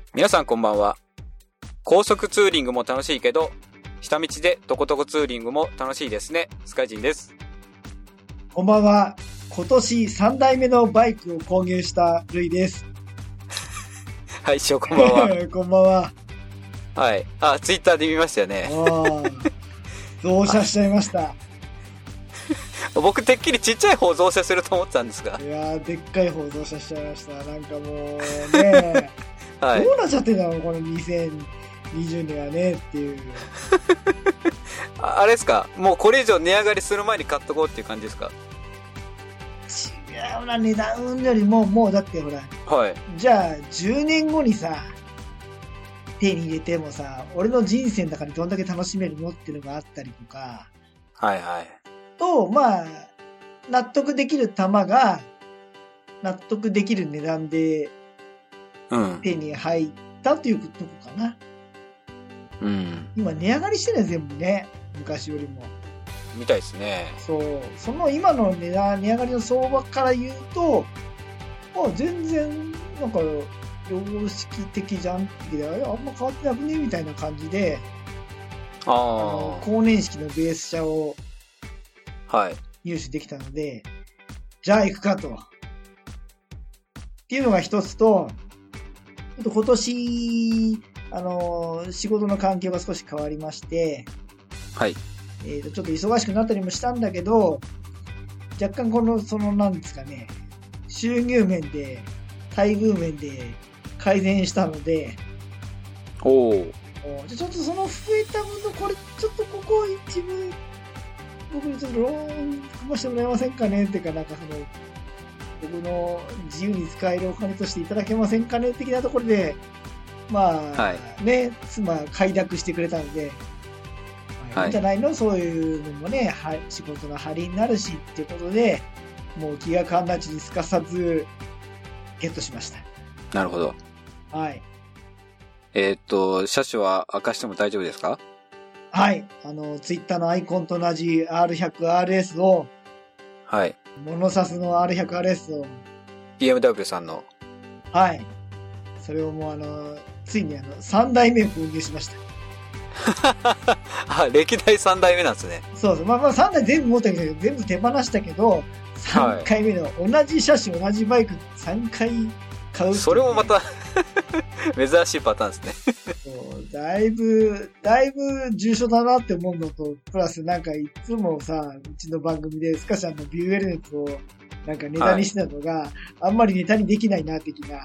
皆さんこんばんは。高速ツーリングも楽しいけど、下道でトコトコツーリングも楽しいですね。スカイジンです。 こんばんは。今年3台目のバイクを購入したルイです。 はい、師匠こんばんは。 こんばんは。 はい。ツイッターで見ましたよね。 増車しちゃいました。 僕てっきりちっちゃい方増車すると思ってたんですが。 いやー、でっかい方増車しちゃいました。なんかもうね、はい、どうなっちゃってんだろう、この2020年はねっていう。 あれですか、もうこれ以上値上がりする前に買っとこうっていう感じですか？ 違うな、値段よりも、もうだってほら、 はい。 じゃあ10年後にさ、手に入れてもさ、俺の人生の中でどんだけ楽しめるのっていうのがあったりとか、 はいはい。 と、まあ、納得できる玉が、納得できる値段で、手に入ったというとこかな。 うん。 今値上がりしてるね、全部ね。昔よりも。 みたいですね。 そう。その今の値上がりの相場から言うと、全然、なんか、良識的じゃんってで、あんま変わってなくねみたいな感じで、高年式のベース車を入手できたので、じゃあ行くかと。っていうのが一つと、今年、仕事の環境が少し変わりまして、 はい。 ちょっと忙しくなったりもしたんだけど、若干なんですかね、収入面で、待遇面で改善したので、ちょっとその増えた分の、これ、ちょっとここ一部、僕にちょっとローン組ましてもらえませんかねっていうか、なんか僕の自由に使えるお金としていただけませんかね的なところで、ね、妻快諾してくれたので、いいんじゃないの、そういうのもね、仕事の張りになるしっていうことで、もう気が変わんないうちにすかさずゲットしました。 なるほど。 はい。 車種は明かしても大丈夫ですか？ はい。ツイッターのアイコンと同じ R100RS を、 はい。 モノサスの R100RS を、 BMW さんの。 はい。それをもうついに3代目を購入しました。 歴代3代目なんですね。 そうそう。まあ3台全部持ったけど、全部手放したけど、3回目の同じ車種、同じバイク3回買う、ね。 それもまた珍しいパターンですね。 そう、だいぶ重症だなって思うのと、プラスなんかいつもさ、うちの番組でスカちゃんのビューエル熱をなんかネタにしてたのが、あんまりネタにできないな、的な。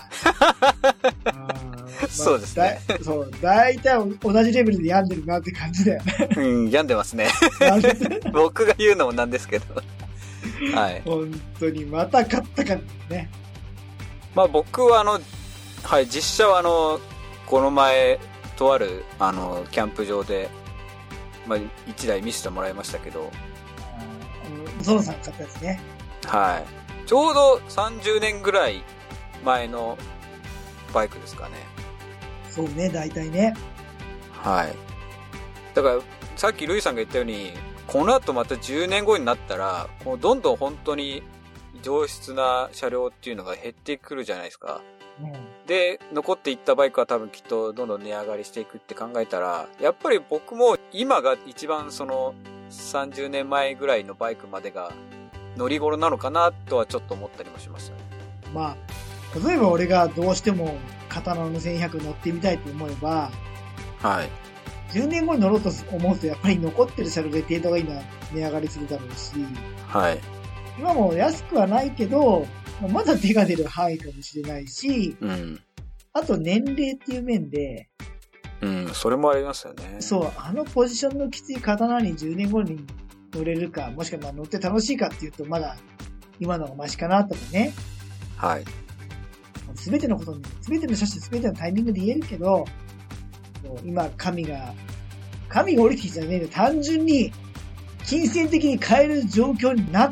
そうですね。 そう、だいたい同じレベルで病んでるなって感じだよね。 病んでますね。僕が言うのもなんですけど。はい。 本当に、また買ったかね。 まあ僕は実車はこの前、とある、キャンプ場で、1台見せてもらいましたけど。 ゾノさん買ったやつね。 はい。ちょうど30年ぐらい前のバイクですかね。 そうね、大体ね。 はい。だから、さっきルイさんが言ったように、この後また10年後になったら、どんどん本当に上質な車両っていうのが減ってくるじゃないですか。で、残っていったバイクは多分きっとどんどん値上がりしていくって考えたら、やっぱり僕も今が一番30年前ぐらいのバイクまでが乗り頃なのかなとはちょっと思ったりもしましたね。 まあ、例えば俺がどうしても刀の1100乗ってみたいと思えば、 はい。 10年後に乗ろうと思うとやっぱり残ってる車両で程度がいいのは値上がりするだろうし、 はい。 今も安くはないけど、まだ手が出る範囲かもしれないし、あと年齢っていう面で、 それもありますよね。 そう、ポジションのきつい刀に10年後に乗れるか、もしくは乗って楽しいかっていうと、まだ今のがマシかなとかね。 はい。 すべてのことに、すべての車種、すべてのタイミングで言えるけど、今、神が降りてきたんじゃねえんだよ。単純に、金銭的に買える状況になって、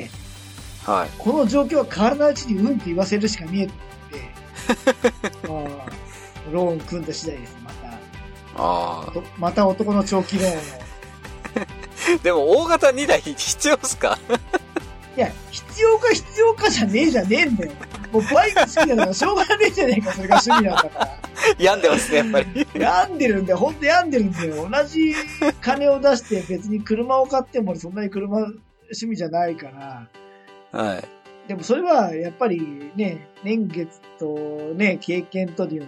はい。 この状況は変わらないうちにうんと言わせるしか見えてローン組んだ次第です、また。また男の長期ローンを。 でも、大型2台必要っすか？ いや、必要かじゃねえんだよ。もうバイク好きだからしょうがねえじゃねえか、それが趣味なんだから。 病んでますね、やっぱり。 病んでるんだよ。ほんと病んでるんだよ。同じ金を出して別に車を買ってもそんなに車趣味じゃないから。 はい。 でもそれはやっぱりね、年月とね、経験とによって、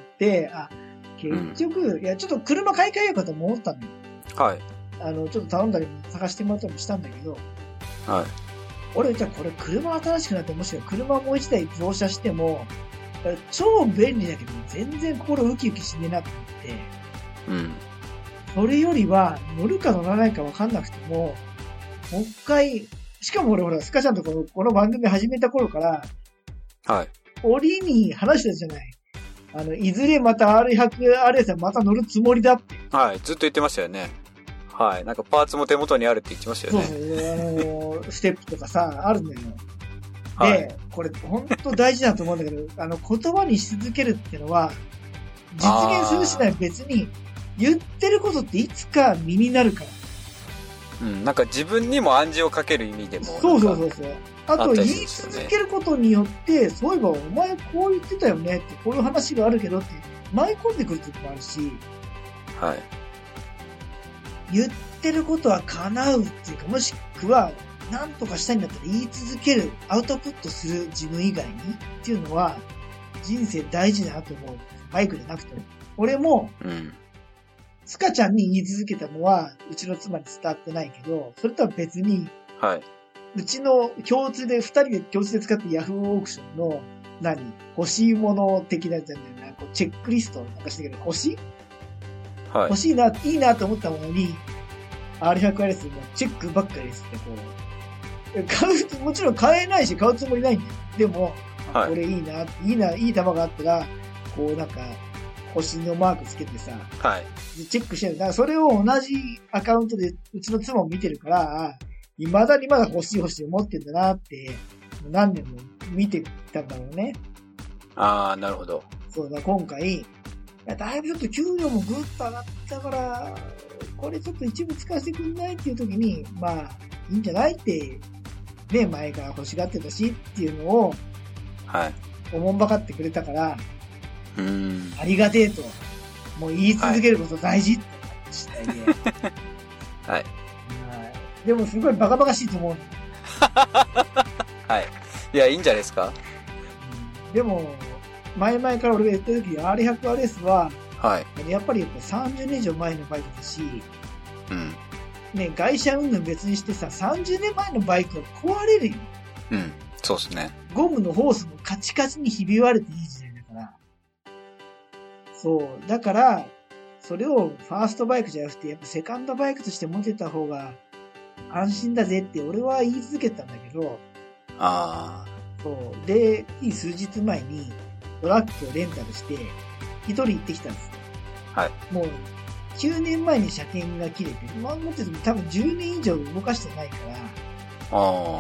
結局、いや、ちょっと車買い替えようかと思ったんだよ。 はい。 ちょっと頼んだり探してもらったりもしたんだけど、 はい。 俺、じゃあこれ車新しくなってもしくは車もう一台増車しても、超便利だけど、全然心ウキウキしねえなと思って、 うん。 それよりは、乗るか乗らないか分かんなくても、もう一回、しかも俺ほら、スカちゃんとこの番組始めた頃から、 はい。 折に話したじゃない。いずれまた R100RS はまた乗るつもりだって。 はい。ずっと言ってましたよね。はい。なんかパーツも手元にあるって言ってましたよね。 そうそう。ステップとかさ、あるんだよ。 はい、 で、これ本当大事だと思うんだけど、言葉にし続けるってのは、実現するしない別に、言ってることっていつか身になるから。 うん、なんか自分にも暗示をかける意味でも。 そうそうそうそう。あと、言い続けることによって、そういえばお前こう言ってたよねって、こういう話があるけどって舞い込んでくる時もあるし、 はい。 言ってることは叶うっていうか、もしくは、何とかしたいんだったら言い続ける、アウトプットする自分以外にっていうのは、人生大事だなと思う。バイクじゃなくても。俺も、スカちゃんに言い続けたのは、うちの妻に伝わってないけど、それとは別に、 はい。 うちの二人で共通で使ってヤフーオークションの、欲しいもの的なじゃないな、こうチェックリストをなんかしてけど、欲しい？はい。欲しいな、いいなと思ったものに、R100RS もチェックばっかりですって、こう、もちろん買えないし買うつもりないんだよ。でも、はい、これいいな、いい玉があったら、こうなんか、星のマークつけてさ、 はい。 チェックしてる。だからそれを同じアカウントでうちの妻も見てるから、未だにまだ欲しい思ってんだなって、何年も見てたんだろうね。 ああ、なるほど。 そうだ、今回、だいぶちょっと給料もぐっと上がったから、これちょっと一部使わせてくんないっていう時に、まあ、いいんじゃないって、ね、前から欲しがってたしっていうのを、 はい。 おもんばかってくれたから、ありがてえと、もう言い続けること大事って話したいね。 はい。 でもすごいバカバカしいと思う。 はい。いや、いいんじゃないですか。 でも、前々から俺が言った時 R100RS は、 はい。 やっぱり30年以上前のバイクだし、ね、外車云々別にしてさ、30年前のバイクは壊れるよ。 そうですね。 ゴムのホースもカチカチにひび割れていい時代だから。そう。だから、それをファーストバイクじゃなくて、やっぱセカンドバイクとして持ってた方が安心だぜって俺は言い続けたんだけど、そう。で、数日前にトラックをレンタルして、一人行ってきたんですよ。はい。もう、9年前に車検が切れて、まあ、持ってても多分10年以上動かしてないから、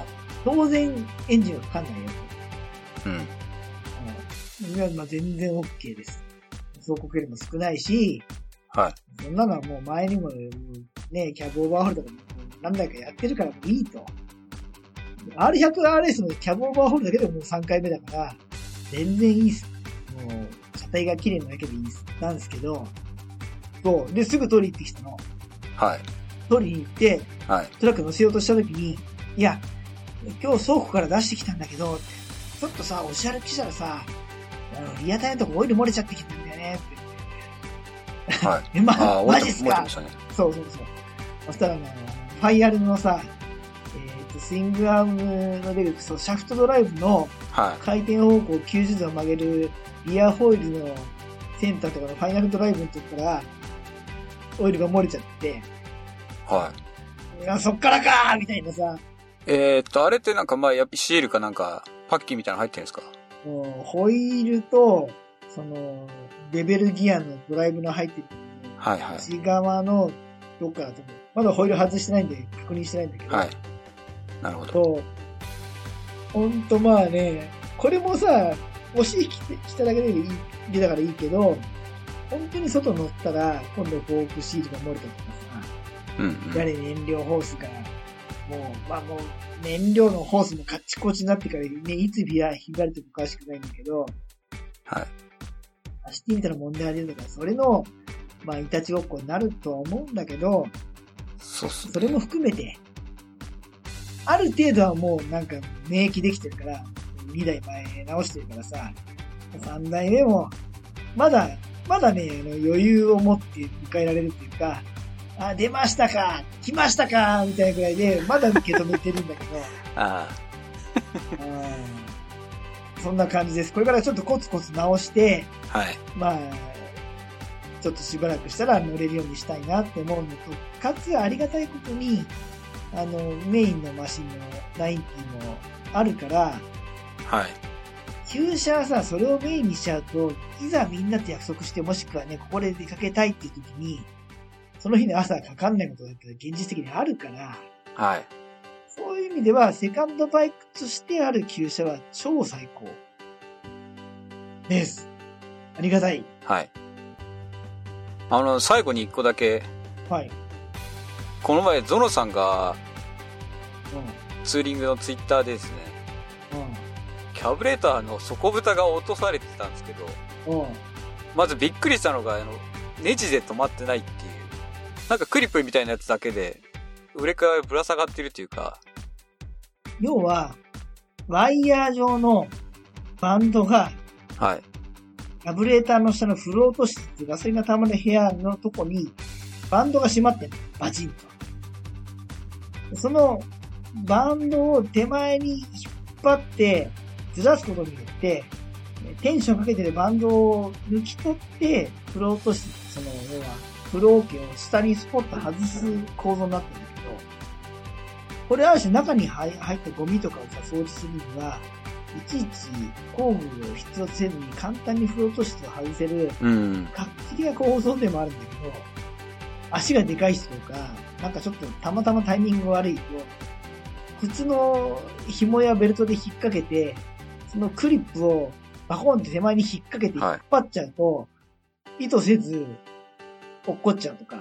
当然エンジンはかかんないよと。まあ、全然 OK です。走行距離も少ないし、はい。そんなのはもう前にもね、キャブオーバーホールとか何台かやってるからもういいと。R100RS のキャブオーバーホールだけでもう3回目だから、全然いいっす。もう、車体が綺麗なだけでいいっす。なんですけど、そう。で、すぐ取り行ってきたの。はい。取りに行って、はい。トラック乗せようとした時に、いや、今日倉庫から出してきたんだけど、ちょっとさ、おしゃれ来たらさ、リアタイのとこオイル漏れちゃってきたんだよね、って言って。はい。マジっすか、ね、そうそうそう。そしたらファイアルのさ、スイングアームの出る、そう、シャフトドライブの回転方向90度を曲げるリアホイールのセンターとかのファイナルドライブの時から、オイルが漏れちゃって、はい。いや、そっからかーみたいなさ。 あれってなんかやっぱシールかなんか、パッキンみたいなの入ってるんですか？ ホイールと、レベルギアのドライブの入ってる。はいはい。内側のどっかだと思う。まだホイール外してないんで確認してないんだけど。はい。なるほど。ほんとまあね、これもさ、押し来ただけでいいだからいいけど、本当に外乗ったら、今度フォークシールが漏れたとかさ、やれ燃料ホースが、もう燃料のホースもカッチコチになってからね、いつひばれてもおかしくないんだけど、はい。 走ってみたら問題が出るとか、それの、まあ、いたちごっこになるとは思うんだけど、 そうっすね。 それも含めて、ある程度はもうなんか免疫できてるから、2台前直してるからさ、3台目も、まだね、余裕を持って迎えられるっていうか、あ、出ましたか来ましたかみたいなぐらいで、まだ受け止めてるんだけど、 あそんな感じです。これからちょっとコツコツ直して、 あ。はい。 まあ、ちょっとしばらくしたら乗れるようにしたいなって思うのと、かつありがたいことに、メインのマシンの90もあるから、 はい。 旧車はさ、それをメインにしちゃうと、いざみんなと約束して、もしくはね、ここで出かけたいっていう時に、その日の朝かかんないことだったら現実的にあるから、 はい。 そういう意味では、セカンドバイクとしてある旧車は超最高です。ありがたい。 はい。最後に一個だけ。 はい。 この前、ゾノさんが、ツーリングのツイッターでですね、キャブレーターの底蓋が落とされてたんですけど、まずびっくりしたのが、ネジで止まってないっていう。なんかクリップみたいなやつだけで、上からぶら下がってるっていうか。 要は、ワイヤー状のバンドが、 はい。 キャブレーターの下のフロート室ってガソリンが溜まる部屋のとこに、バンドが閉まってる。バチンと。そのバンドを手前に引っ張ってずらすことによって、テンションかけてるバンドを抜き取って、フロート室、要は、フローケを下にスポッと外す構造になってるんだけど、これある種中に入ったゴミとかをさ、掃除するには、いちいち工具を必要とせずに簡単にフロート室を外せる、画期的な構造でもあるんだけど、足がでかい人とか、なんかちょっとたまたまタイミング悪いと、靴の紐やベルトで引っ掛けて、そのクリップをバコンって手前に引っ掛けて引っ張っちゃうと、意図せず落っこっちゃうとか。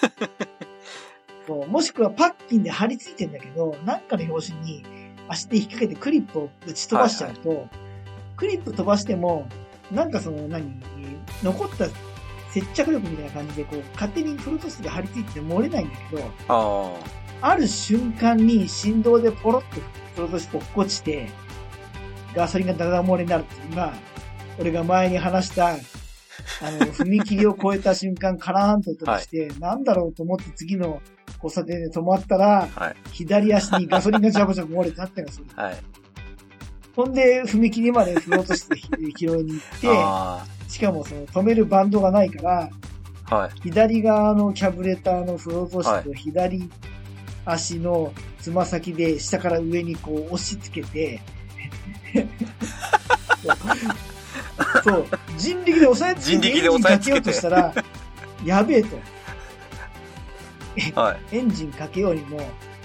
もしくはパッキンで貼り付いてんだけど、なんかの拍子に足で引っ掛けてクリップを打ち飛ばしちゃうと、クリップ飛ばしても、なんか残った接着力みたいな感じで、勝手にフロート室で貼り付いて漏れないんだけど、ある瞬間に振動でポロッとフロート室落っこちて、ガソリンがダダ漏れになるっていうのが、俺が前に話した、踏切を越えた瞬間、カラーンと音がして、なんだろうと思って次の交差点で止まったら、左足にガソリンがジャブジャブ漏れてあったりする。ほんで、踏切までフロート室で拾いに行って、しかも止めるバンドがないから、左側のキャブレターのフロート室を左足のつま先で下から上に押し付けて、そう、人力で押さえつけて、エンジンかけようとしたら、やべえと。エンジンかけようにも、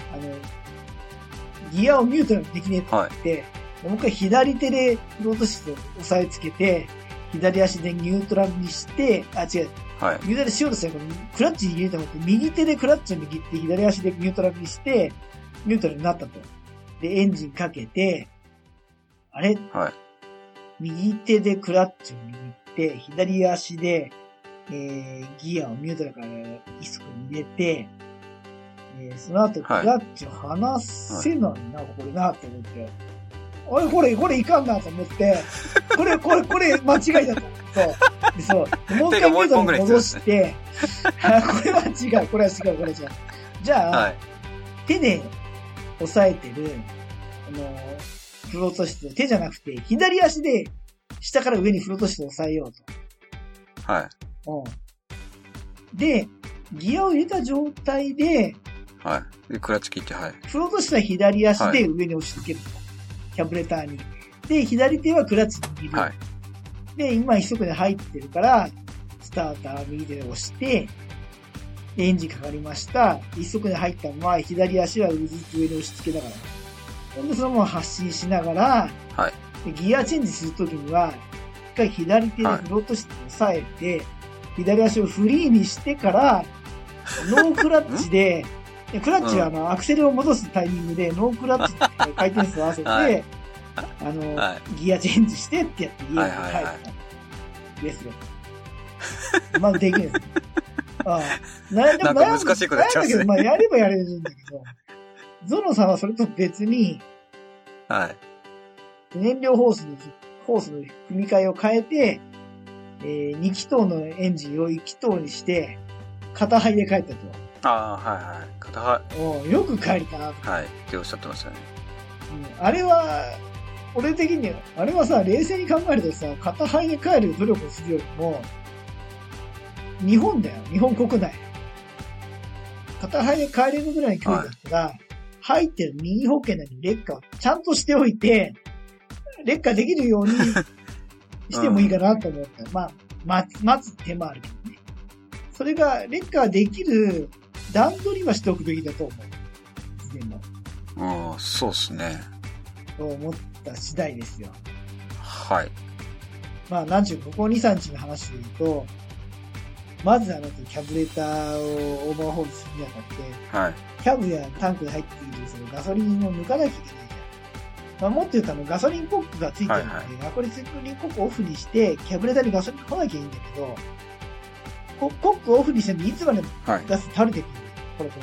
ギアをミュートラルにできねえと言って、もう一回左手でフロート室を押さえつけて、左足でニュートラルにして、ニュートラルしようとしたら、クラッチに入れたと思って、右手でクラッチを握って、左足でニュートラルにして、ニュートラルになったと。で、エンジンかけて、あれ、右手でクラッチを握って、左足で、ギアをニュートラルから一足に入れて、その後クラッチを離せないな、これな、と思って。あれ、これいかんなと思って、これ間違いだと。そう。もう一回ニュートラルに戻して、これは違う。じゃあ、手で押さえてる、フロート室、手じゃなくて、左足で下から上にフロート室を押さえようと。で、ギアを入れた状態で、 クラッチ切って、 フロート室は左足で上に押し付けると。キャブレターに。で、左手はクラッチ握る。で、今一足で入ってるから、スターター右手で押して、エンジンかかりました。一足で入ったまま、左足はずっと上に押し付けながら。ほんで、そのまま発進しながら、でギアチェンジするときには、一回左手でフロート室を押さえて、左足をフリーにしてから、ノークラッチで、クラッチはアクセルを戻すタイミングで、ノークラッチで回転数を合わせて、ギアチェンジしてってやって家に帰った。 ですよ。まあできるんです。ああ。なんか難しいことやっちゃうんですね。 まあやればやれるんだけど、ゾノさんはそれと別に、 はい。 燃料ホースの組み替えを変えて、2気筒のエンジンを1気筒にして、片肺で帰ったと。 ああ、はいはい。片肺。 よく帰れたなと。 はい。っておっしゃってましたね。 あれは、俺的には、あれはさ、冷静に考えるとさ、片肺で帰る努力をするよりも、日本だよ。日本国内。片肺で帰れるぐらいの距離だったら、入ってる任意保険なり劣化をちゃんとしておいて、劣化できるようにしてもいいかなと思った。まあ、待つ手間あるけどね。それが、劣化できる段取りはしておくべきだと思う。でも。 そうですね。 と思った次第ですよ。 はい。 まあ、なんちゅう、ここ2、3日の話で言うと、まずキャブレターをオーバーホールするにあたって、 はい。 キャブやタンクで入っているそのガソリンを抜かなきゃいけないじゃん。まあ、もっと言うとガソリンコックがついてるので、ガソリンコックをオフにして、キャブレターにガソリン来なきゃいいんだけど、コックをオフにしてもいつまでもガス垂れてくる。これ。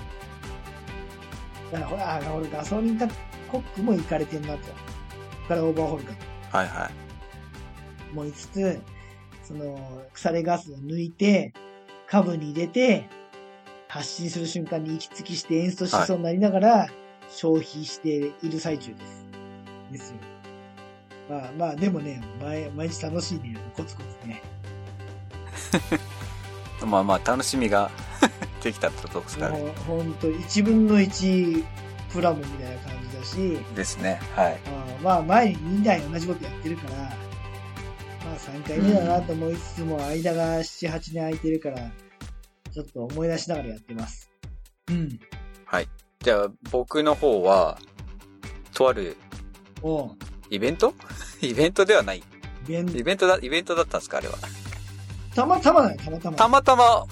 だからほら、俺ガソリンかコックもいかれてんなと。ここからオーバーホールかと。 はいはい。 思いつつ、腐れガスを抜いて、カブに入れて、発進する瞬間に息継ぎしてエンストしそうになりながら、消費している最中です。ですよ。まあ、でもね、毎日楽しいね。コツコツね。 まあ、楽しみができたってことですかね。 ほんと、1分の1プラモみたいな感じだし。 ですね。はい。 まあ、前に2台同じことやってるから、まあ3回目だなと思いつつも、間が7、8年空いてるから、ちょっと思い出しながらやってます。 はい。じゃあ、僕の方は、とある、イベントイベントではない。イベントだったんですかあれは。 たまたまだよ、 たまたま、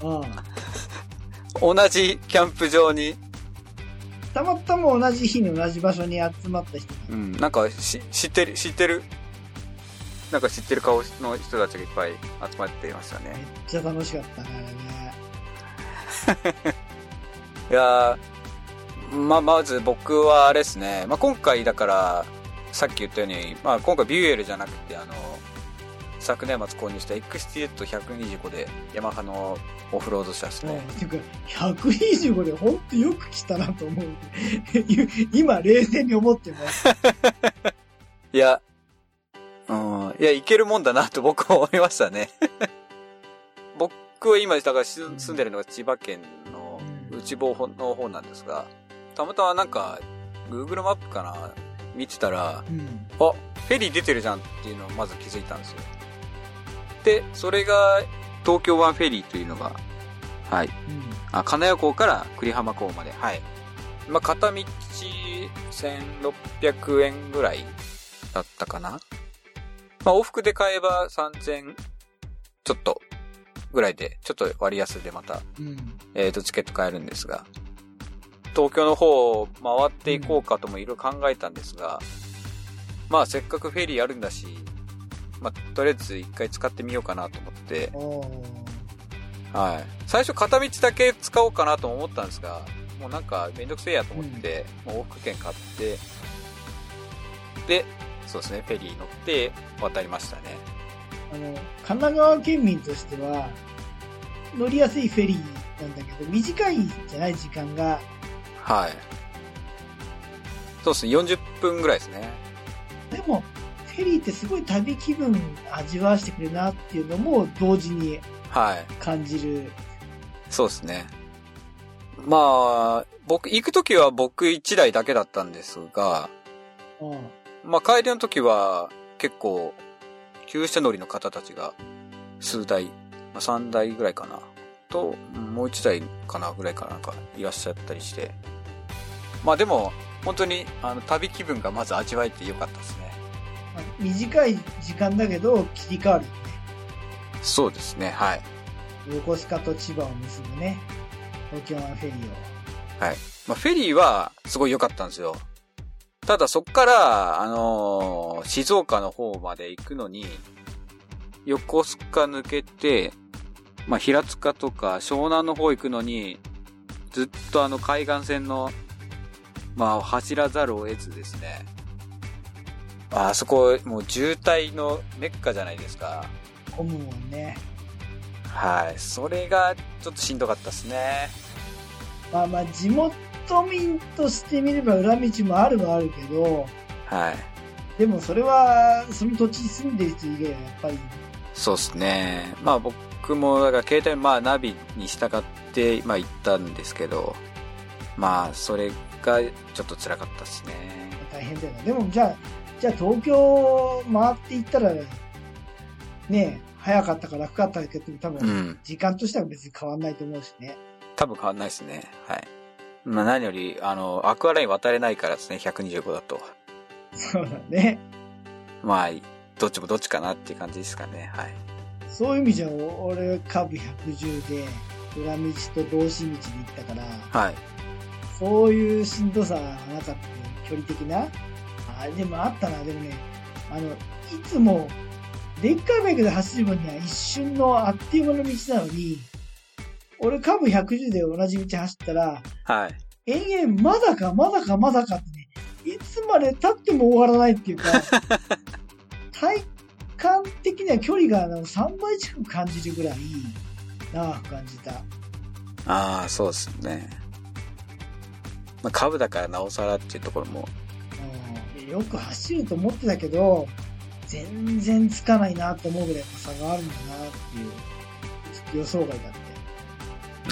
同じキャンプ場に、 たまたま同じ日に同じ場所に集まった人。 なんか知ってる。なんか知ってる顔の人たちがいっぱい集まっていましたね。 めっちゃ楽しかったね、あれね。 いやー、まず僕はあれですね。今回だから、さっき言ったように、今回ビューエルじゃなくて、昨年末購入したエクスティエット125で、ヤマハのオフロード車ですね。 ていうか、125でほんとよく来たなと思う。今、冷静に思ってます。 いや、いけるもんだなと僕は思いましたね。僕は今、だから住んでるのが千葉県の内房の方なんですが、たまたまなんか、Google マップかな見てたら、フェリー出てるじゃんっていうのをまず気づいたんですよ。で、それが東京湾フェリーというのが、はい。金谷港から久里浜港まで、はい。片道1600円ぐらいだったかな。往復で買えば3000ちょっとぐらいで、ちょっと割安でまた、チケット買えるんですが、東京の方を回っていこうかともいろいろ考えたんですが、せっかくフェリーあるんだし、とりあえず一回使ってみようかなと思って、はい。最初片道だけ使おうかなと思ったんですが、もうなんかめんどくせえやと思って、もう往復券買って、で、そうですね、フェリー乗って渡りましたね。 神奈川県民としては、乗りやすいフェリーなんだけど、短いじゃない時間が。 はい。そうですね、40分ぐらいですね。 でも、フェリーってすごい旅気分味わわしてくれるなっていうのも同時に感じる。はい、 そうですね。行くときは僕1台だけだったんですが、帰りのときは結構、旧車乗りの方たちが数台、3台ぐらいかな。と、もう1台かなぐらいかなんかいらっしゃったりして。でも、本当に旅気分がまず味わえてよかったですね。 短い時間だけど切り替わるよね。 そうですね、はい。 横須賀と千葉を結ぶね、東京湾フェリーを。 はい。フェリーはすごい良かったんですよ。ただそっから、静岡の方まで行くのに、 横須賀抜けて、まあ、平塚とか湘南の方行くのに、ずっと海岸線の、まあ、走らざるを得ずですね。あそこ、もう渋滞のメッカじゃないですか。 混むもんね。 はい。それがちょっとしんどかったですね。 まあまあ、地元民としてみれば裏道もあるはあるけど、 はい。 でもそれは、その土地に住んでる人以外はやっぱり。 そうですね。まあ僕も、だから携帯、まあナビに従って、まあ行ったんですけど、まあそれがちょっと辛かったですね。 大変だよな。でもじゃあ東京回って行ったら、ね、早かったか楽かったけど、多分、時間としては別に変わんないと思うしね。 多分変わんないですね。はい。まあ何より、アクアライン渡れないからですね、125だと。 そうだね。 まあ、どっちもどっちかなっていう感じですかね。はい。 そういう意味じゃ、俺、カブ110で、裏道と同心道に行ったから、 はい。 そういうしんどさはなかったね。距離的な。でもあったな。でもね、いつも、でっかいバイクで走る分には一瞬のあっという間の道なのに、俺カブ110で同じ道走ったら、 はい。 延々まだかってね、いつまで経っても終わらないっていうか、体感的には距離が3倍近く感じるぐらい長く感じた。 ああ、そうですね。まあ、株だからなおさらっていうところも。 よく走ると思ってたけど、全然つかないなと思うぐらい差があるんだなっていう、ちょっと予想外だって。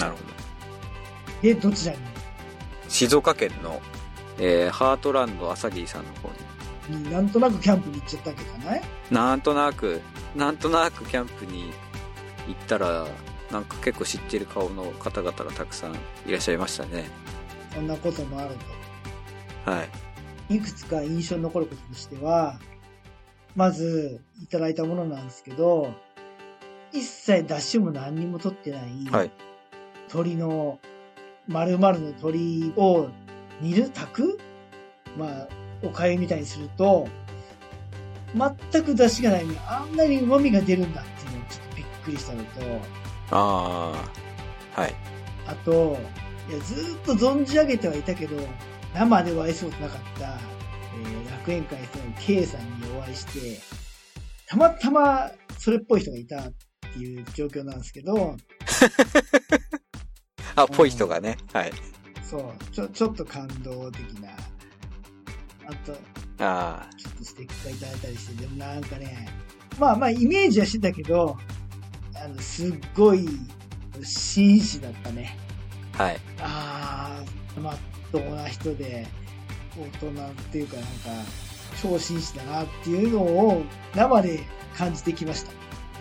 なるほど。 で、どちらに？ 静岡県の、ハートランド朝霧さんの方に。なんとなくキャンプに行っちゃったわけじゃない？ なんとなくキャンプに行ったら、なんか結構知ってる顔の方々がたくさんいらっしゃいましたね。 そんなこともあると。はい。 いくつか印象に残ることとしては、まずいただいたものなんですけど、一切出汁も何にも取ってない、はい、鶏の、丸々の鶏を炊くまあ、お粥みたいにすると、全く出汁がないのにあんなに旨味が出るんだっていうのをちょっとびっくりしたのと、 はい。 あと、いやずーっと存じ上げてはいたけど、生でお会いすることなかった、楽園会さんの K さんにお会いして、たまたまそれっぽい人がいたっていう状況なんですけど、 ぽい人がね、はい。 そう、ちょっと感動的な、あと、ちょっとステッカーいただいたりして、でもなんかね、まあイメージはしてたけど、すっごい紳士だったね。 はい。 まっとうな人で、大人っていうかなんか、超紳士だなっていうのを生で感じてきました。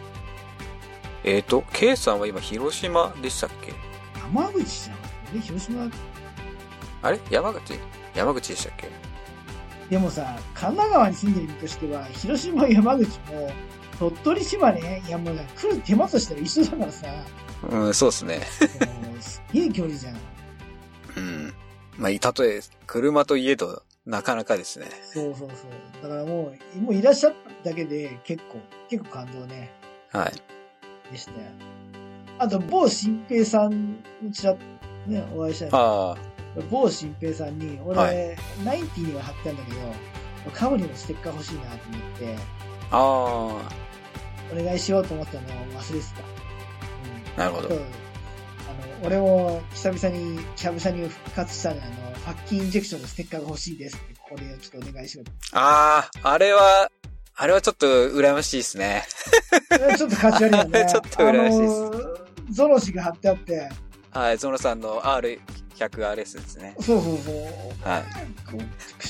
K さんは今広島でしたっけ？ 山口じゃん。広島？ あれ？山口でしたっけ？ でもさ、神奈川に住んでる身としては、広島、山口も、鳥取島根、いやもう来る手間としたら一緒だからさ。 そうっすね。 すげえ距離じゃん。 まあ、たとえ、車といえど、なかなかですね。 そう。だからもういらっしゃっただけで結構感動ね。 はい。 でしたよ。あと、某新平さんにちらっとね、お会いしたい。某新平さんに、俺、はい、ナインティには貼ってあるんだけど、カブリのステッカー欲しいなと思って、お願いしようと思ったのを忘れてた。なるほど。 俺も久々にキャブ車に復活したね、ファッキーインジェクションのステッカーが欲しいですって、ここでちょっとお願いしようと。 あれはちょっと羨ましいですね。 ちょっと価値あるよね。 ちょっと羨ましいです。 ゾロ氏が貼ってあって。 はい、ゾロさんの R100RS ですね。 そう。 はい。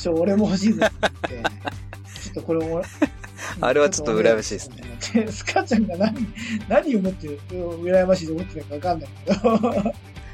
俺も欲しいぜって。ちょっとこれも、 あれはちょっと羨ましいですね。 スカちゃんが何を思って羨ましいと思ってるかわかんないけど。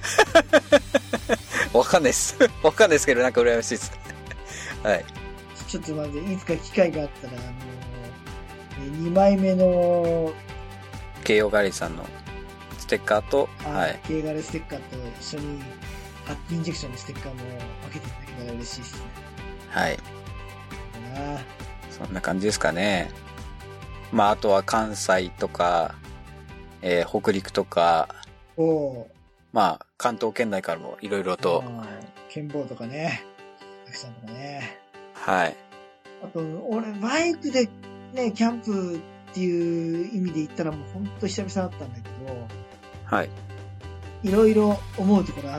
わかんないですけど、なんか羨ましいです。はい。 ちょっと待って、いつか機会があったら、2枚目の、 慶応ガレージさんのステッカーと、 はい。慶応ガレージステッカーと一緒に、ハッピーインジェクションのステッカーも分けていただけたら嬉しいですね。 はい。そんな感じですかね。 まああとは関西とか、北陸とか、まあ関東圏内からもいろいろと。 剣坊とかね。たくさんとかね。 はい。 あと、俺、バイクでね、キャンプっていう意味で言ったらもうほんと久々だったんだけど、 はい。 いろいろ思うところあった。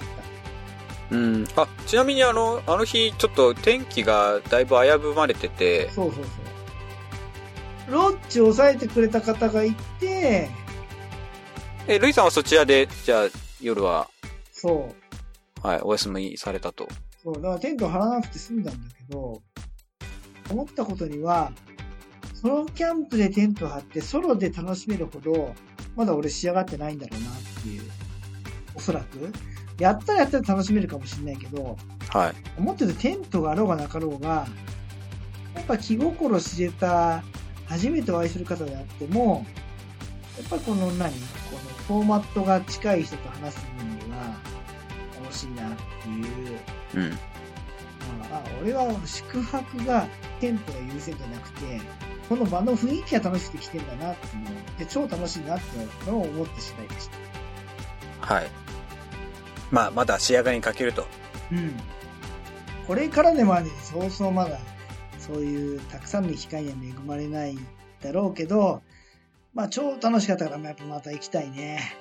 あ、ちなみにあの日ちょっと天気がだいぶ危ぶまれてて。 そう。ロッジを抑えてくれた方がいて、 ルイさんはそちらで、じゃあ夜は。 そう。 はい、お休みされたと。 そう、だからテント張らなくて済んだんだけど、思ったことには、ソロキャンプでテント張ってソロで楽しめるほど、まだ俺仕上がってないんだろうなっていう。おそらく。やったら楽しめるかもしれないけど、 はい。 思ってるテントがあろうがなかろうが、やっぱ気心知れた、初めてお会いする方であっても、やっぱこのフォーマットが近い人と話す分には、楽しいなっていう。俺は宿泊がテントが優先じゃなくて、この場の雰囲気が楽しくて来てんだなっていうので、超楽しいなってのを思って次第でした。 はい。まあ、まだ仕上がりに欠けると。 これからでもね、そうそうまだ、そういうたくさんの機会には恵まれないだろうけど、まあ超楽しかったから、やっぱまた行きたいね。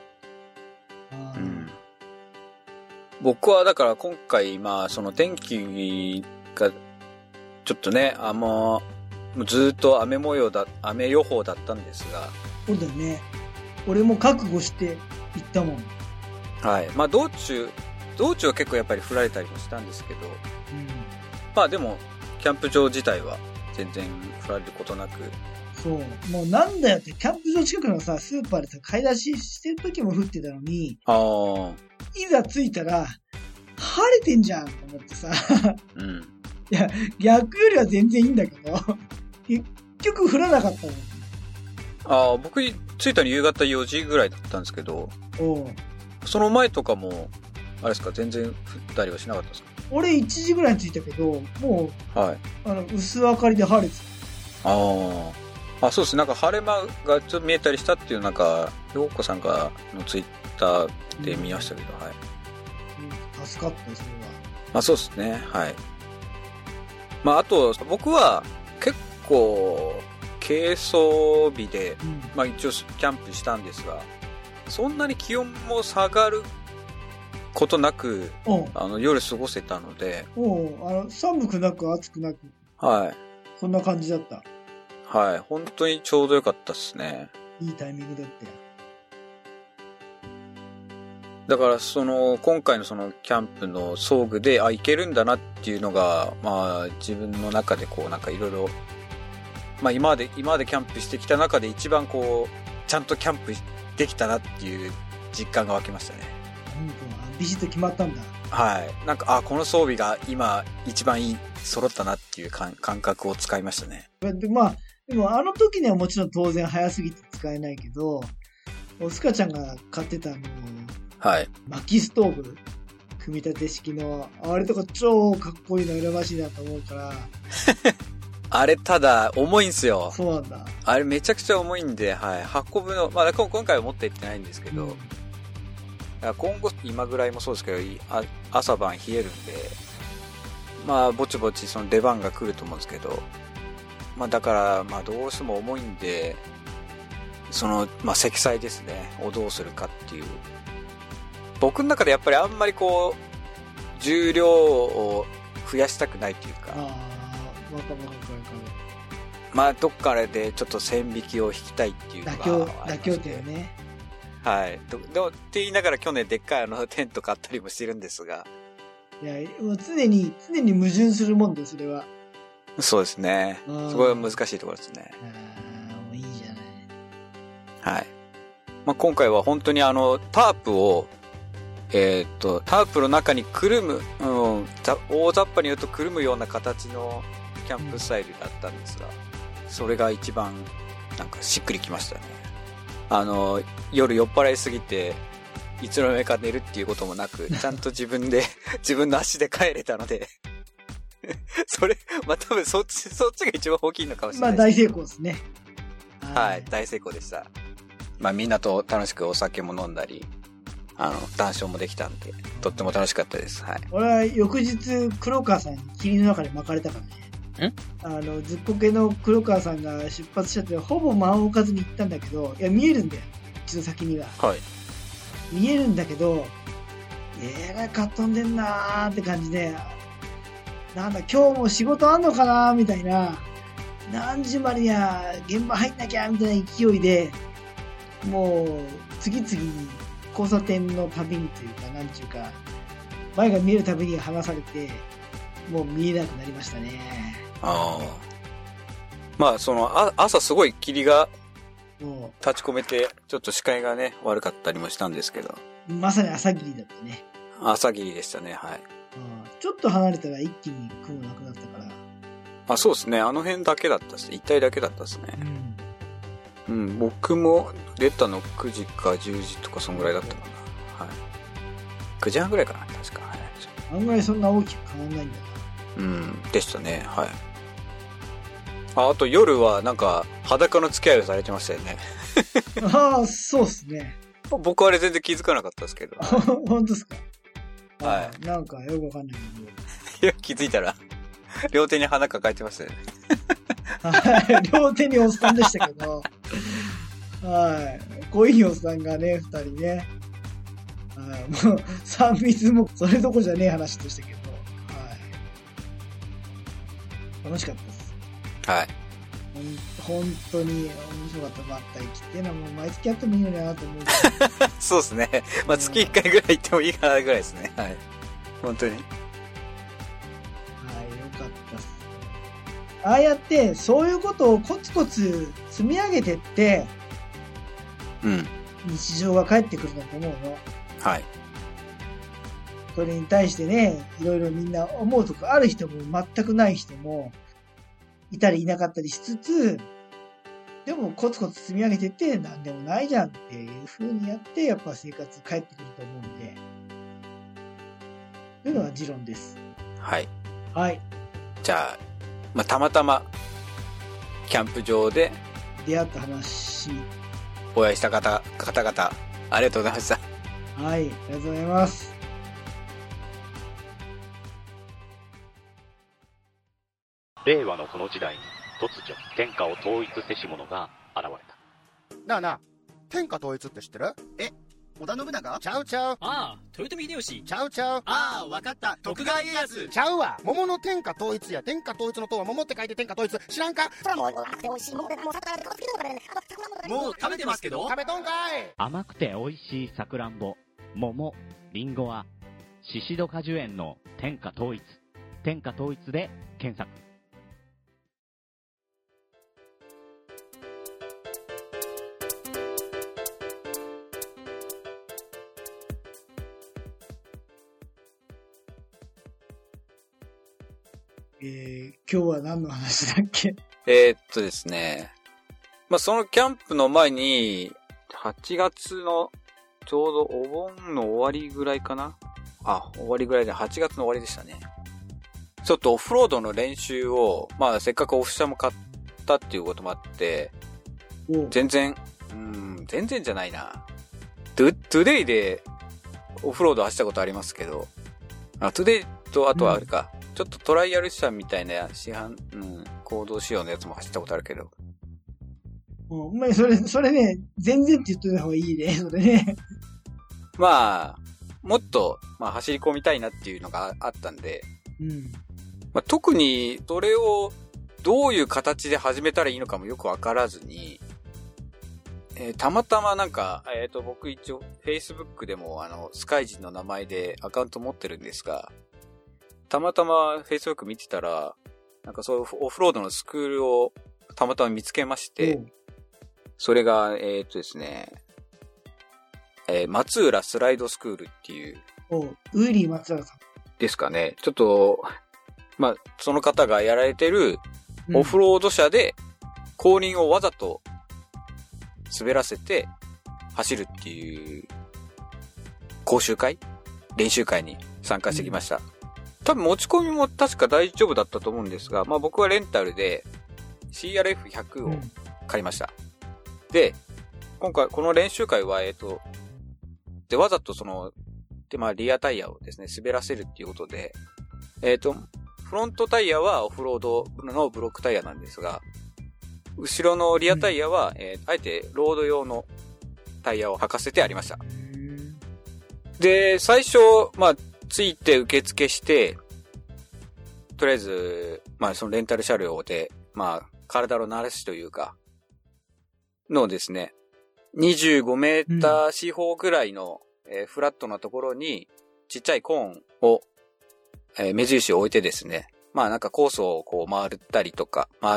僕はだから今回、まあその天気がちょっとね、もうずっと雨予報だったんですが。 そうだよね。俺も覚悟して行ったもん。 はい。まあ道中は結構やっぱり降られたりもしたんですけど、まあでもキャンプ場自体は全然降られることなく。 そう。もうなんだよって、キャンプ場近くのさ、スーパーでさ、買い出ししてる時も降ってたのに、いざ着いたら、晴れてんじゃんと思ってさ。いや、逆よりは全然いいんだけど、結局降らなかったもん。 僕着いたの夕方4時ぐらいだったんですけど、その前とかも、あれですか、全然降ったりはしなかったですか？ 俺1時ぐらいに着いたけど、もう、 はい。 薄明かりで晴れてた。そうですね。なんか晴れ間がちょっと見えたりしたっていう、なんか、ようこさんがのツイッターで見ましたけど、はい。 助かった、それは。 そうですね。はい。まあ、あと、僕は結構、軽装備で、まあ一応キャンプしたんですが、そんなに気温も下がることなく、夜過ごせたので、 寒くなく暑くなく。 はい。 そんな感じだった。 はい。本当にちょうどよかったですね。 いいタイミングだったよ。 だから今回のキャンプの装具で、いけるんだなっていうのが、まあ自分の中でなんかいろいろ、まあ今までキャンプしてきた中で一番ちゃんとキャンプできたなっていう実感が湧きましたね。 ビシッと決まったんだ。 はい。なんか、この装備が今一番揃ったなっていう感覚を使いましたね。 でもあの時にはもちろん当然早すぎて使えないけど、オスカちゃんが買ってたはい。 薪ストーブ、組み立て式の、あれとか超かっこいいの羨ましいなと思うから。 あれただ重いんすよ。 そうなんだ。 あれめちゃくちゃ重いんで、はい。運ぶの、まあ今回は持って行ってないんですけど、今後今ぐらいもそうですけど、朝晩冷えるんで、まあぼちぼち出番が来ると思うんですけど、まあだからまあどうしても重いんで、まあ積載ですね、をどうするかっていう。僕の中でやっぱりあんまり重量を増やしたくないというか。 わかる。 まあどっかでちょっと線引きを引きたいっていうのが妥協点ね。 はい。って言いながら去年でっかいテント買ったりもしてるんですが。 いや、もう常に矛盾するもんで、それは。 そうですね。すごい難しいところですね。 もういいじゃない。 はい。まあ今回は本当にタープを、タープの中にくるむ、大雑把に言うとくるむような形のキャンプスタイルだったんですが、それが一番なんかしっくりきましたね。夜酔っ払いすぎていつの間にか寝るっていうこともなく、ちゃんと自分の足で帰れたのでそれ、まあ多分そっちが一番大きいのかもしれない。 まあ大成功ですね。 はい、大成功でした。まあみんなと楽しくお酒も飲んだり、談笑もできたんで、とっても楽しかったです。はい。 俺は翌日、黒川さんに霧の中で巻かれたからね。ずっこけの黒川さんが出発しちゃって、ほぼ間を置かずに行ったんだけど、いや、見えるんだよ。一度先には。 はい。 見えるんだけど、かっ飛んでんなーって感じで、なんだ、今日も仕事あんのかなーみたいな、何時までや、現場入んなきゃみたいな勢いで、もう、次々に交差点のたびにというか、なんちゅうか、前が見えるたびに離されて、もう見えなくなりましたね。 ああ。まあ、朝すごい霧が立ち込めて、ちょっと視界がね、悪かったりもしたんですけど。 まさに朝霧だったね。 朝霧でしたね、はい。 ちょっと離れたら一気に雲なくなったから。 あ、そうですね。あの辺だけだったですね。一帯だけだったですね。うん、僕も出たの9時か10時とかそんぐらいだったかな。はい。9時半ぐらいかな、確か。はい。 案外そんな大きく変わんないんだな。 うん、でしたね。はい。あと夜はなんか裸の付き合いをされてましたよね。 ああ、そうっすね。 僕はあれ全然気づかなかったですけど。 本当ですか？ はい。 なんかよくわかんないけど。いや、気づいたら、両手に花抱えてましたよね。 はい。両手におっさんでしたけど。はい。濃いおっさんがね、二人ね。はい。もう、3密もそれどころじゃねえ話でしたけど。はい。楽しかったです。 はい。 本当に面白かったばったり来ていうのはもう毎月やってもいいのになと思う。 そうですね。まあ月1回ぐらい行ってもいいかなぐらいですね。はい。本当に。はい、よかったっす。ああやって、そういうことをコツコツ積み上げてって、 うん。 日常が返ってくるんだと思うの。 はい。 それに対してね、いろいろみんな思うとこある人も全くない人も、いたりいなかったりしつつ、でもコツコツ積み上げてって何でもないじゃんっていう風にやってやっぱ生活返ってくると思うんで、というのが持論です。 はい。 はい。 じゃあ、まあ、たまたまキャンプ場で出会った話、 お会いした方々、ありがとうございました。 はい、ありがとうございます。 令和のこの時代に突如天下を統一せし者が現れた。 なあなあ、天下統一って知ってる？ 織田信長？ ちゃうちゃう。 ああ、豊臣秀吉。 ちゃうちゃう。 ああ、わかった。徳川家康。 ちゃうわ。桃の天下統一や。天下統一の塔は桃って書いて天下統一。知らんか？ もう食べてますけど。 食べとんかい。 甘くて美味しいさくらんぼ、桃、りんごはシシド果樹園の天下統一。天下統一で検索。 今日は何の話だっけ？ ですね。まあ、そのキャンプの前に、8月のちょうどお盆の終わりぐらいかな？終わりぐらいで8月の終わりでしたね。ちょっとオフロードの練習を、まあ、せっかくオフ車も買ったっていうこともあって、全然じゃないな。トゥデイでオフロード走ったことありますけど、トゥデイと、あとはあれか、ちょっとトライアル車みたいな行動仕様のやつも走ったことあるけど。 お前それね、全然って言っといた方がいいね、それね。 まあ、もっと、走り込みたいなっていうのがあったんで、特にそれをどういう形で始めたらいいのかもよくわからずに、たまたまなんか、僕一応 Facebook でもスカイジンの名前でアカウント持ってるんですが、たまたま Facebook 見てたら、なんかそういうオフロードのスクールをたまたま見つけまして、それが、ですね、松浦スライドスクールっていう。 ウーリー松浦さん。 ですかね。ちょっと、その方がやられてるオフロード車で後輪をわざと滑らせて走るっていう講習会？練習会に参加してきました。多分持ち込みも確か大丈夫だったと思うんですが、僕はレンタルで CRF100 を借りました。 で、今回この練習会は、で、わざとリアタイヤをですね、滑らせるっていうことで、フロントタイヤはオフロードのブロックタイヤなんですが、後ろのリアタイヤは、あえてロード用のタイヤを履かせてありました。で、最初、ついて受付して、とりあえず、そのレンタル車両で、体の慣らしというか、のですね、25メーター四方ぐらいの、フラットなところに、ちっちゃいコーンを、目印を置いてですね、なんかコースをこう回ったりとか回って、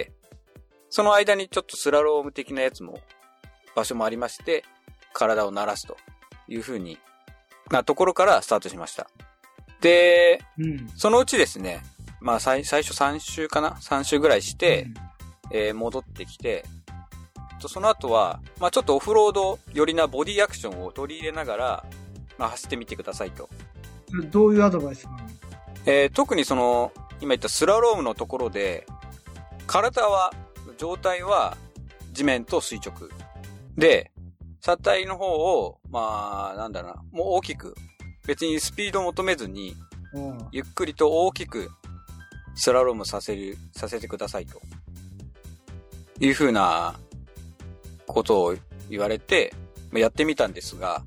その間にちょっとスラローム的なやつも、場所もありまして、体を慣らすという風になところからスタートしました。で、そのうちですね、最初3週かな ?3 週ぐらいして、戻ってきて、その後は、ちょっとオフロード寄りなボディアクションを取り入れながら、走ってみてくださいと。 どういうアドバイスなの？ 特に今言ったスラロームのところで、状態は地面と垂直。で、車体の方を、もう大きく、別にスピードを求めずに、ゆっくりと大きくスラロームさせてくださいと。いう風なことを言われて、やってみたんですが、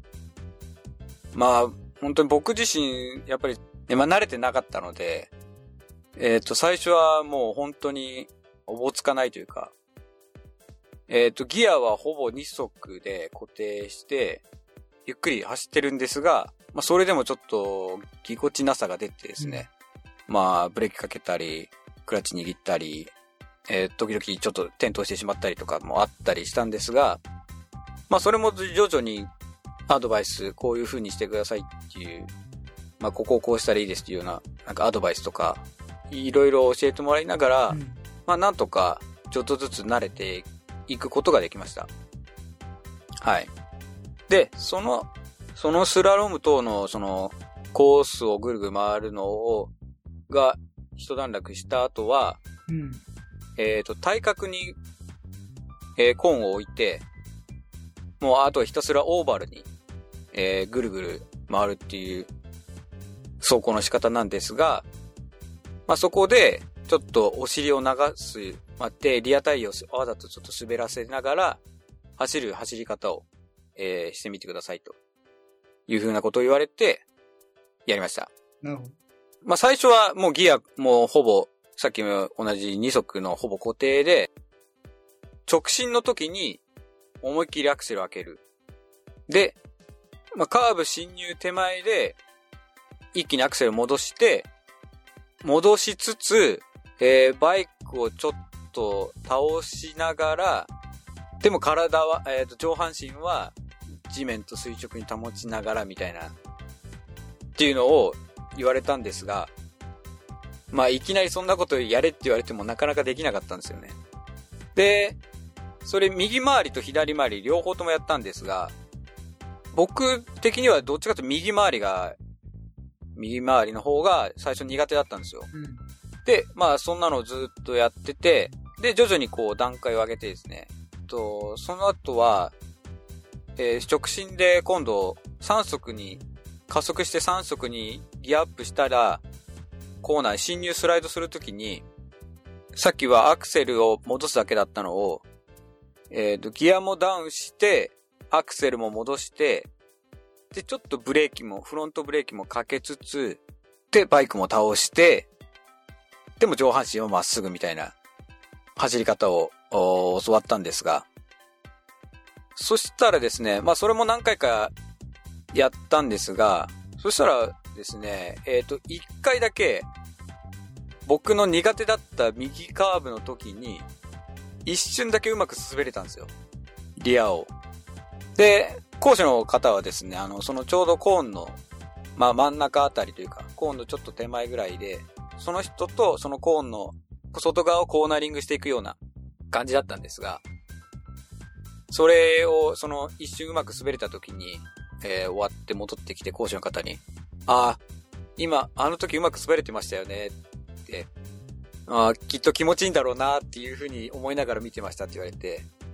本当に僕自身、やっぱり、慣れてなかったので、最初はもう本当におぼつかないというか、ギアはほぼ2足で固定して、ゆっくり走ってるんですが、それでもちょっとぎこちなさが出てですね、ブレーキかけたり、クラッチ握ったり、時々ちょっと転倒してしまったりとかもあったりしたんですが、それも徐々にアドバイス、こういう風にしてくださいっていう、ここをこうしたらいいですっていうような、なんかアドバイスとか、いろいろ教えてもらいながら、なんとかちょっとずつ慣れていくことができました。はい。で、そのスラローム等のコースをぐるぐる回るのが一段落した後は、対角に、コーンを置いて、もうあとひたすらオーバルに、ぐるぐる回るっていう走行の仕方なんですが、そこでちょっとお尻を流す、で、リアタイヤをわざとちょっと滑らせながら走り方を、してみてくださいというふうなことを言われてやりました。 なるほど。 最初はもうギアもうほぼさっきも同じ2足のほぼ固定で、直進の時に思いっきりアクセルを開ける。で、カーブ進入手前で一気にアクセルを戻しつつ、バイクをちょっと倒しながら、でも体は、上半身は地面と垂直に保ちながらみたいな、っていうのを言われたんですが、いきなりそんなことやれって言われてもなかなかできなかったんですよね。で、それ右回りと左回り両方ともやったんですが、僕的にはどっちかというと右回りの方が最初苦手だったんですよ。で、そんなのをずっとやってて、で、徐々にこう段階を上げてですね、その後は、直進で今度3速に、加速して3速にギアアップしたら、コーナーに進入スライドするときに、さっきはアクセルを戻すだけだったのを、ギアもダウンして、アクセルも戻して、で、ちょっとフロントブレーキもかけつつ、で、バイクも倒して、でも上半身をまっすぐみたいな走り方を教わったんですが、そしたらですね、それも何回かやったんですが、そしたらですね、一回だけ、僕の苦手だった右カーブの時に、一瞬だけうまく滑れたんですよ。リアを。で、講師の方はですね、そのちょうどコーンの、真ん中あたりというか、コーンのちょっと手前ぐらいで、その人とそのコーンの外側をコーナリングしていくような感じだったんですが、それを、一瞬うまく滑れた時に、終わって戻ってきて講師の方に、今、あの時うまく滑れてましたよね、って、きっと気持ちいいんだろうな、っていう風に思いながら見てましたって言われて、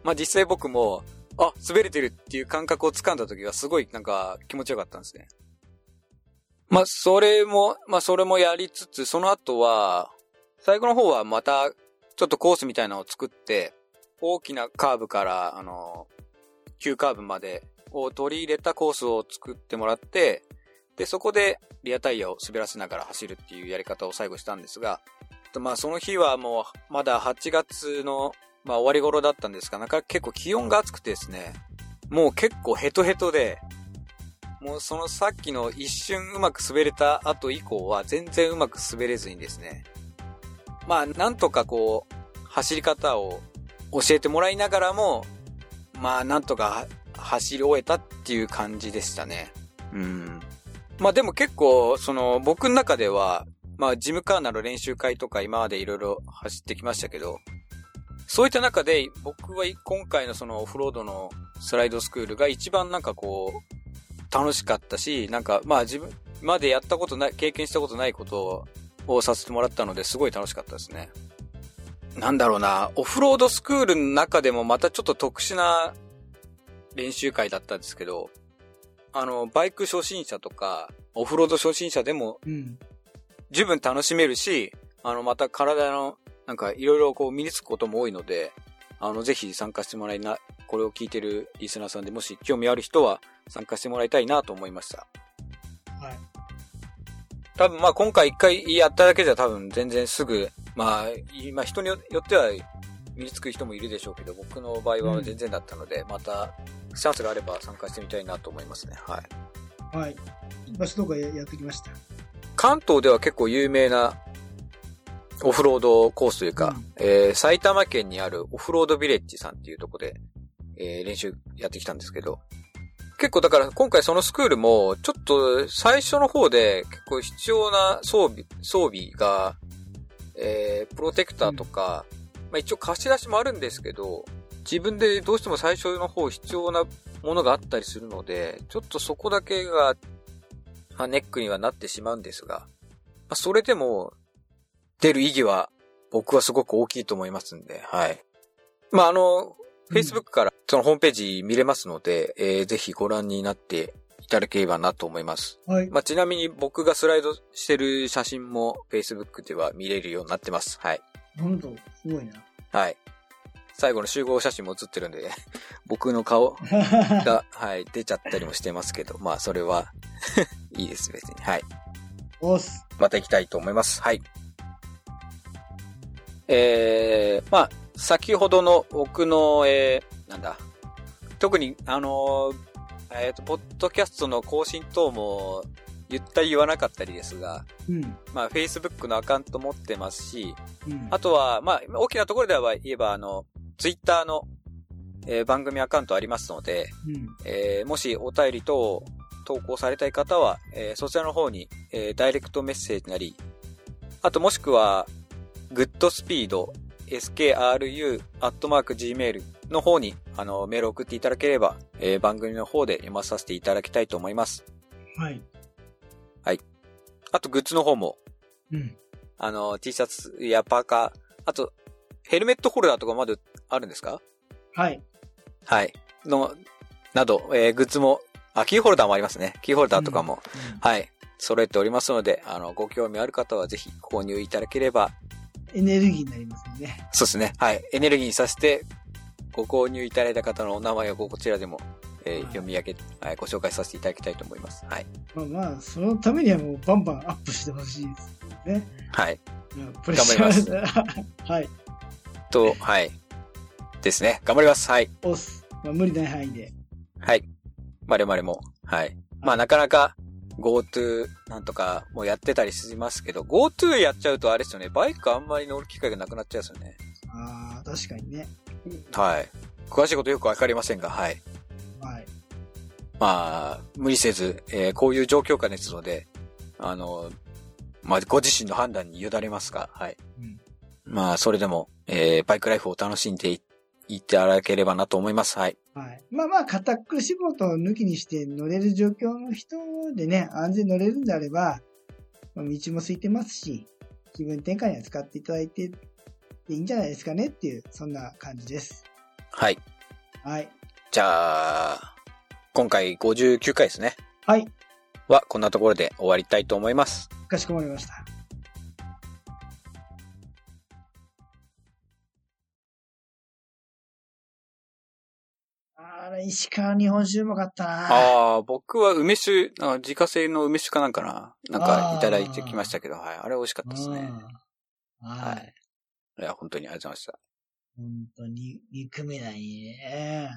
まあ実際僕も、滑れてるっていう感覚を掴んだ時はすごいなんか気持ちよかったんですね。まあそれもやりつつ、その後は、最後の方はまたちょっとコースみたいなのを作って、大きなカーブから、急カーブまでを取り入れたコースを作ってもらって、で、そこでリアタイヤを滑らせながら走るっていうやり方を最後したんですが、まあその日はもうまだ8月の、まあ終わり頃だったんですが、なんか結構気温が暑くてですね、もう結構ヘトヘトで、もうそのさっきの一瞬うまく滑れた後以降は全然うまく滑れずにですね、まあなんとかこう、走り方を教えてもらいながらも、まあなんとか走り終えたっていう感じでしたね。まあでも結構、僕の中では、まあジムカーナの練習会とか今までいろいろ走ってきましたけど、そういった中で僕は今回のそのオフロードのスライドスクールが一番なんかこう、楽しかったし、なんかまあ自分までやったことない、経験したことないことをさせてもらったのですごい楽しかったですね。なんだろうな、オフロードスクールの中でもまたちょっと特殊な練習会だったんですけど、バイク初心者とか、オフロード初心者でも、十分楽しめるし、また体の、なんかいろいろこう身につくことも多いので、ぜひ参加してもらいな、これを聞いてるリスナーさんでもし興味ある人は参加してもらいたいなと思いました。 はい。 多分まあ今回一回やっただけじゃ多分全然すぐ、まあ、今人によっては身につく人もいるでしょうけど、僕の場合は全然だったので、またチャンスがあれば参加してみたいなと思いますね。はい。 はい。場所とかやってきました。 関東では結構有名なオフロードコースというか、埼玉県にあるオフロードビレッジさんっていうところで、練習やってきたんですけど、結構だから今回そのスクールもちょっと最初の方で結構必要な装備が、プロテクターとか、まあ一応貸し出しもあるんですけど、自分でどうしても最初の方必要なものがあったりするので、ちょっとそこだけが、まあ、ネックにはなってしまうんですが、まあ、それでも出る意義は僕はすごく大きいと思いますんで、はい。まあFacebook からそのホームページ見れますので、ぜひご覧になっていただければなと思います。 はい。 まあ、ちなみに僕がスライドしてる写真も Facebook では見れるようになってます。はい。 なんと、すごいな。 はい。最後の集合写真も写ってるんで、僕の顔が、はい、出ちゃったりもしてますけど、まあ、それは、いいです、別に。はい。 おっす。 また行きたいと思います。はい。まあ、先ほどの僕の、特に、ポッドキャストの更新等も言ったり言わなかったりですが、まあ、Facebook のアカウント持ってますし、あとは、まあ、大きなところでは言えば、Twitter の、番組アカウントありますので、もしお便り等を投稿されたい方は、そちらの方に、ダイレクトメッセージなり、あともしくは、Goodspeed skru@gmail の方に、メールを送っていただければ、番組の方で読まさせていただきたいと思います。 はい。 はい。あと、グッズの方も、T シャツやパーカー、あと、ヘルメットホルダーとかまだあるんですか？ はい。 はい。など、グッズも、キーホルダーもありますね。キーホルダーとかも、はい。揃えておりますので、ご興味ある方はぜひ購入いただければ。 エネルギーになりますね。 そうですね。はい。エネルギーにさせて、ご購入いただいた方のお名前をこちらでも、読み上げ、ご紹介させていただきたいと思います。はい。 まあ、そのためにはもうバンバンアップしてほしいですね。 はい。 プレッシャーです。はい。 はい。ですね。頑張ります。はい。 おっす。まあ、無理ない範囲で。 はい。我々も。はい。まあ、なかなか、GoTo なんとかもやってたりしますけど、GoTo やっちゃうとあれですよね。バイクあんまり乗る機会がなくなっちゃうんですよね。 ああ、確かにね。 はい。詳しいことよくわかりませんが、はい。 はい。 まあ、無理せず、こういう状況下ですので、まあ、ご自身の判断に委ねますが、はい。まあ、それでも、バイクライフを楽しんでいただければなと思います。はい。 はい。まあ、堅苦仕事を抜きにして乗れる状況の人でね、安全に乗れるんであれば、道も空いてますし、気分転換には使っていただいていいんじゃないですかねっていう、そんな感じです。 はい。 はい。 じゃあ、今回59回ですね。 はい。 は、こんなところで終わりたいと思います。 かしこまりました。石川日本酒うまかったな。 ああ、僕は梅酒、自家製の梅酒かなんかなんかいただいてきましたけど、はい。あれ美味しかったですね。はい。いや、本当にありがとうございました。 本当に、憎めないね。